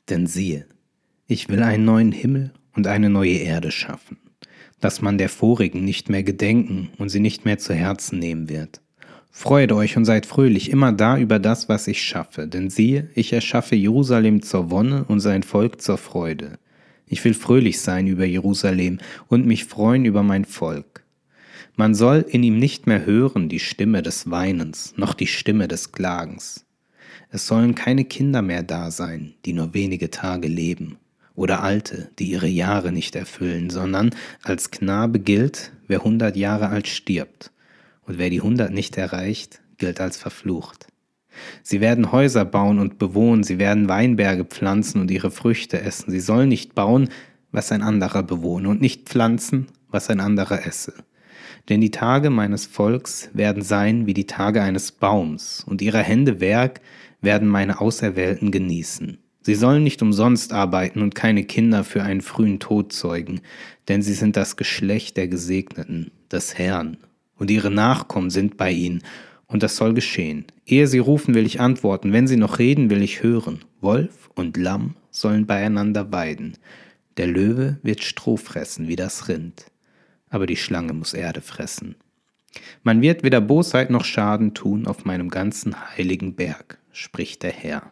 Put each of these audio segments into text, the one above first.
Denn siehe, ich will einen neuen Himmel und eine neue Erde schaffen, dass man der vorigen nicht mehr gedenken und sie nicht mehr zu Herzen nehmen wird. Freut euch und seid fröhlich immer da über das, was ich schaffe, denn siehe, ich erschaffe Jerusalem zur Wonne und sein Volk zur Freude. Ich will fröhlich sein über Jerusalem und mich freuen über mein Volk. Man soll in ihm nicht mehr hören die Stimme des Weinens, noch die Stimme des Klagens. Es sollen keine Kinder mehr da sein, die nur wenige Tage leben, oder Alte, die ihre Jahre nicht erfüllen, sondern als Knabe gilt, wer 100 Jahre alt stirbt, und wer die 100 nicht erreicht, gilt als verflucht. Sie werden Häuser bauen und bewohnen, sie werden Weinberge pflanzen und ihre Früchte essen. Sie sollen nicht bauen, was ein anderer bewohne, und nicht pflanzen, was ein anderer esse. Denn die Tage meines Volks werden sein wie die Tage eines Baums, und ihrer Hände Werk werden meine Auserwählten genießen. Sie sollen nicht umsonst arbeiten und keine Kinder für einen frühen Tod zeugen, denn sie sind das Geschlecht der Gesegneten, des Herrn, und ihre Nachkommen sind bei ihnen, und das soll geschehen. Ehe sie rufen, will ich antworten, wenn sie noch reden, will ich hören. Wolf und Lamm sollen beieinander weiden. Der Löwe wird Stroh fressen wie das Rind, aber die Schlange muss Erde fressen. Man wird weder Bosheit noch Schaden tun auf meinem ganzen heiligen Berg, spricht der Herr.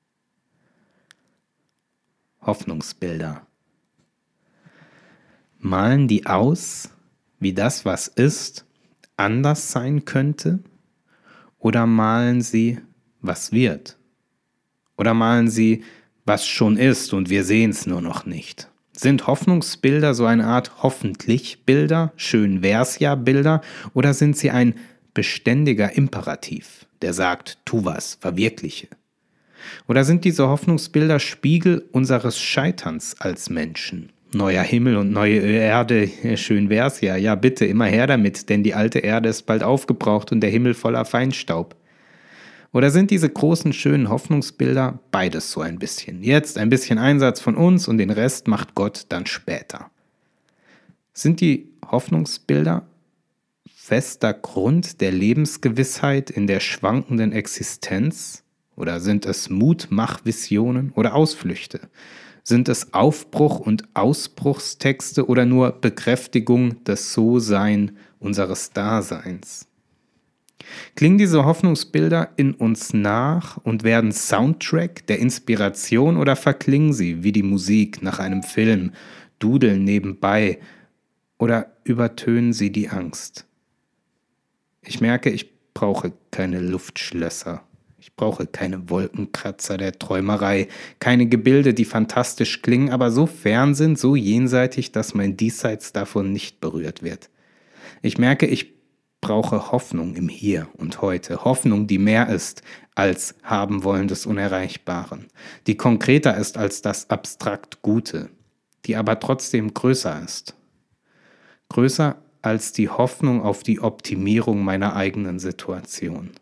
Hoffnungsbilder. Malen die aus, wie das, was ist, anders sein könnte? Oder malen sie, was wird? Oder malen sie, was schon ist und wir sehen es nur noch nicht? Sind Hoffnungsbilder so eine Art Hoffentlich-Bilder, schön wär's ja Bilder, oder sind sie ein beständiger Imperativ, der sagt, tu was, verwirkliche? Oder sind diese Hoffnungsbilder Spiegel unseres Scheiterns als Menschen? Neuer Himmel und neue Erde, schön wär's ja, ja bitte, immer her damit, denn die alte Erde ist bald aufgebraucht und der Himmel voller Feinstaub. Oder sind diese großen, schönen Hoffnungsbilder beides so ein bisschen? Jetzt ein bisschen Einsatz von uns und den Rest macht Gott dann später. Sind die Hoffnungsbilder fester Grund der Lebensgewissheit in der schwankenden Existenz? Oder sind es Mutmachvisionen oder Ausflüchte? Sind es Aufbruch- und Ausbruchstexte oder nur Bekräftigung des So-Sein unseres Daseins? Klingen diese Hoffnungsbilder in uns nach und werden Soundtrack der Inspiration oder verklingen sie wie die Musik nach einem Film, dudeln nebenbei oder übertönen sie die Angst? Ich merke, ich brauche keine Luftschlösser. Ich brauche keine Wolkenkratzer der Träumerei, keine Gebilde, die fantastisch klingen, aber so fern sind, so jenseitig, dass mein Diesseits davon nicht berührt wird. Ich merke, ich brauche Hoffnung im Hier und Heute, Hoffnung, die mehr ist als haben wollen des Unerreichbaren, die konkreter ist als das abstrakt Gute, die aber trotzdem größer ist. Größer als die Hoffnung auf die Optimierung meiner eigenen Situation.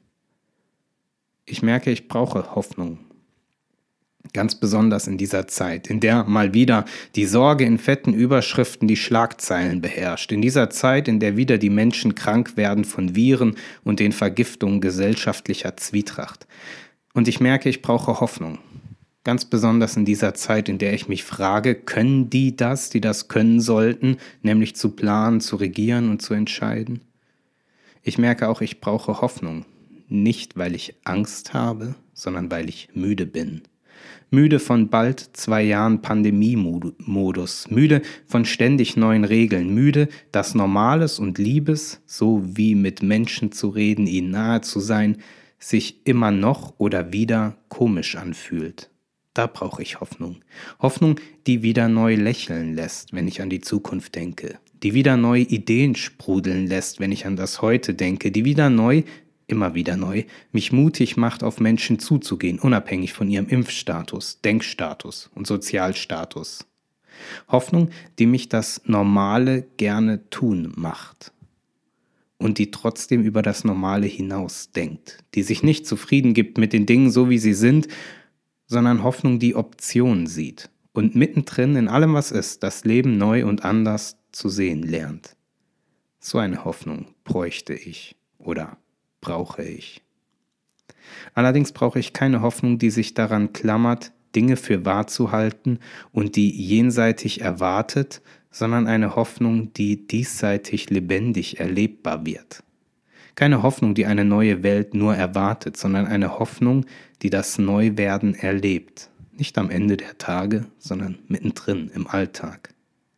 Ich merke, ich brauche Hoffnung. Ganz besonders in dieser Zeit, in der mal wieder die Sorge in fetten Überschriften die Schlagzeilen beherrscht. In dieser Zeit, in der wieder die Menschen krank werden von Viren und den Vergiftungen gesellschaftlicher Zwietracht. Und ich merke, ich brauche Hoffnung. Ganz besonders in dieser Zeit, in der ich mich frage, können die das können sollten, nämlich zu planen, zu regieren und zu entscheiden? Ich merke auch, ich brauche Hoffnung. Nicht, weil ich Angst habe, sondern weil ich müde bin. Müde von bald 2 Jahren Pandemie-Modus, müde von ständig neuen Regeln, müde, dass Normales und Liebes, so wie mit Menschen zu reden, ihnen nahe zu sein, sich immer noch oder wieder komisch anfühlt. Da brauche ich Hoffnung. Hoffnung, die wieder neu lächeln lässt, wenn ich an die Zukunft denke, die wieder neue Ideen sprudeln lässt, wenn ich an das Heute denke, die wieder neu, immer wieder neu, mich mutig macht, auf Menschen zuzugehen, unabhängig von ihrem Impfstatus, Denkstatus und Sozialstatus. Hoffnung, die mich das Normale gerne tun macht und die trotzdem über das Normale hinaus denkt, die sich nicht zufrieden gibt mit den Dingen so, wie sie sind, sondern Hoffnung, die Optionen sieht und mittendrin in allem, was ist, das Leben neu und anders zu sehen lernt. So eine Hoffnung bräuchte ich oder brauche ich. Allerdings brauche ich keine Hoffnung, die sich daran klammert, Dinge für wahr zu halten und die jenseitig erwartet, sondern eine Hoffnung, die diesseitig lebendig erlebbar wird. Keine Hoffnung, die eine neue Welt nur erwartet, sondern eine Hoffnung, die das Neuwerden erlebt. Nicht am Ende der Tage, sondern mittendrin im Alltag.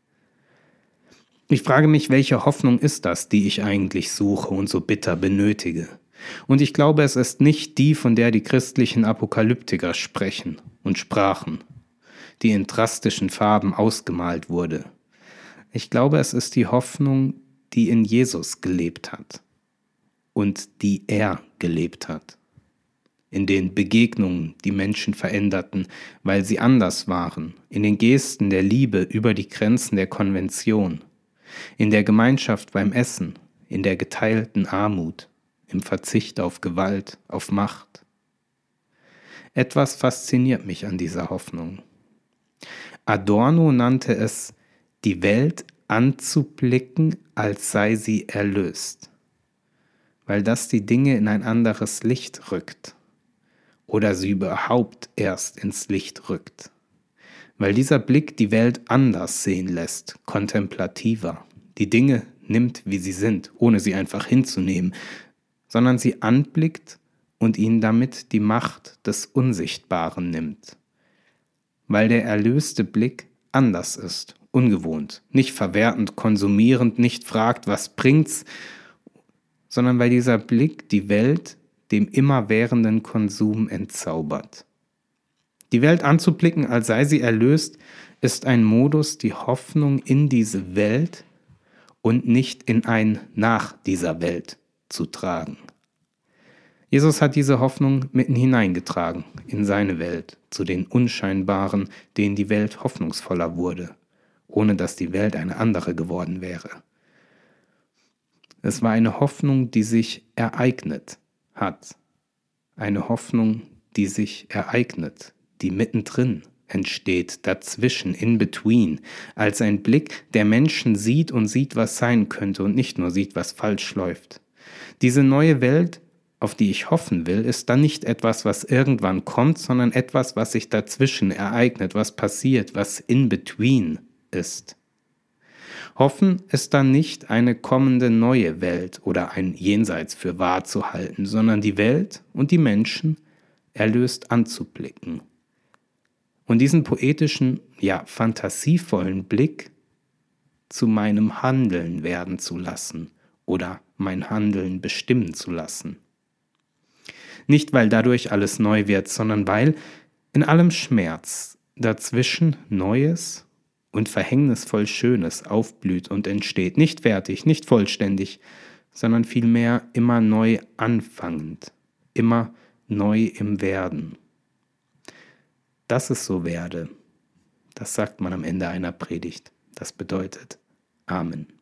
Ich frage mich, welche Hoffnung ist das, die ich eigentlich suche und so bitter benötige? Und ich glaube, es ist nicht die, von der die christlichen Apokalyptiker sprechen und sprachen, die in drastischen Farben ausgemalt wurde. Ich glaube, es ist die Hoffnung, die in Jesus gelebt hat und die er gelebt hat. In den Begegnungen, die Menschen veränderten, weil sie anders waren, in den Gesten der Liebe über die Grenzen der Konvention, in der Gemeinschaft beim Essen, in der geteilten Armut, im Verzicht auf Gewalt, auf Macht. Etwas fasziniert mich an dieser Hoffnung. Adorno nannte es, die Welt anzublicken, als sei sie erlöst, weil das die Dinge in ein anderes Licht rückt oder sie überhaupt erst ins Licht rückt, weil dieser Blick die Welt anders sehen lässt, kontemplativer, die Dinge nimmt, wie sie sind, ohne sie einfach hinzunehmen, sondern sie anblickt und ihnen damit die Macht des Unsichtbaren nimmt, weil der erlöste Blick anders ist, ungewohnt, nicht verwertend, konsumierend, nicht fragt, was bringt's, sondern weil dieser Blick die Welt dem immerwährenden Konsum entzaubert. Die Welt anzublicken, als sei sie erlöst, ist ein Modus, die Hoffnung in diese Welt und nicht in ein nach dieser Welt zu tragen. Jesus hat diese Hoffnung mitten hineingetragen in seine Welt, zu den Unscheinbaren, denen die Welt hoffnungsvoller wurde, ohne dass die Welt eine andere geworden wäre. Es war eine Hoffnung, die sich ereignet hat. Eine Hoffnung, die sich ereignet, die mittendrin entsteht, dazwischen, in between, als ein Blick, der Menschen sieht und sieht, was sein könnte und nicht nur sieht, was falsch läuft. Diese neue Welt, auf die ich hoffen will, ist dann nicht etwas, was irgendwann kommt, sondern etwas, was sich dazwischen ereignet, was passiert, was in between ist. Hoffen ist dann nicht eine kommende neue Welt oder ein Jenseits für wahr zu halten, sondern die Welt und die Menschen erlöst anzublicken. Und diesen poetischen, ja fantasievollen Blick zu meinem Handeln werden zu lassen oder mein Handeln bestimmen zu lassen. Nicht, weil dadurch alles neu wird, sondern weil in allem Schmerz dazwischen Neues und verhängnisvoll Schönes aufblüht und entsteht. Nicht fertig, nicht vollständig, sondern vielmehr immer neu anfangend, immer neu im Werden. Dass es so werde, das sagt man am Ende einer Predigt. Das bedeutet Amen.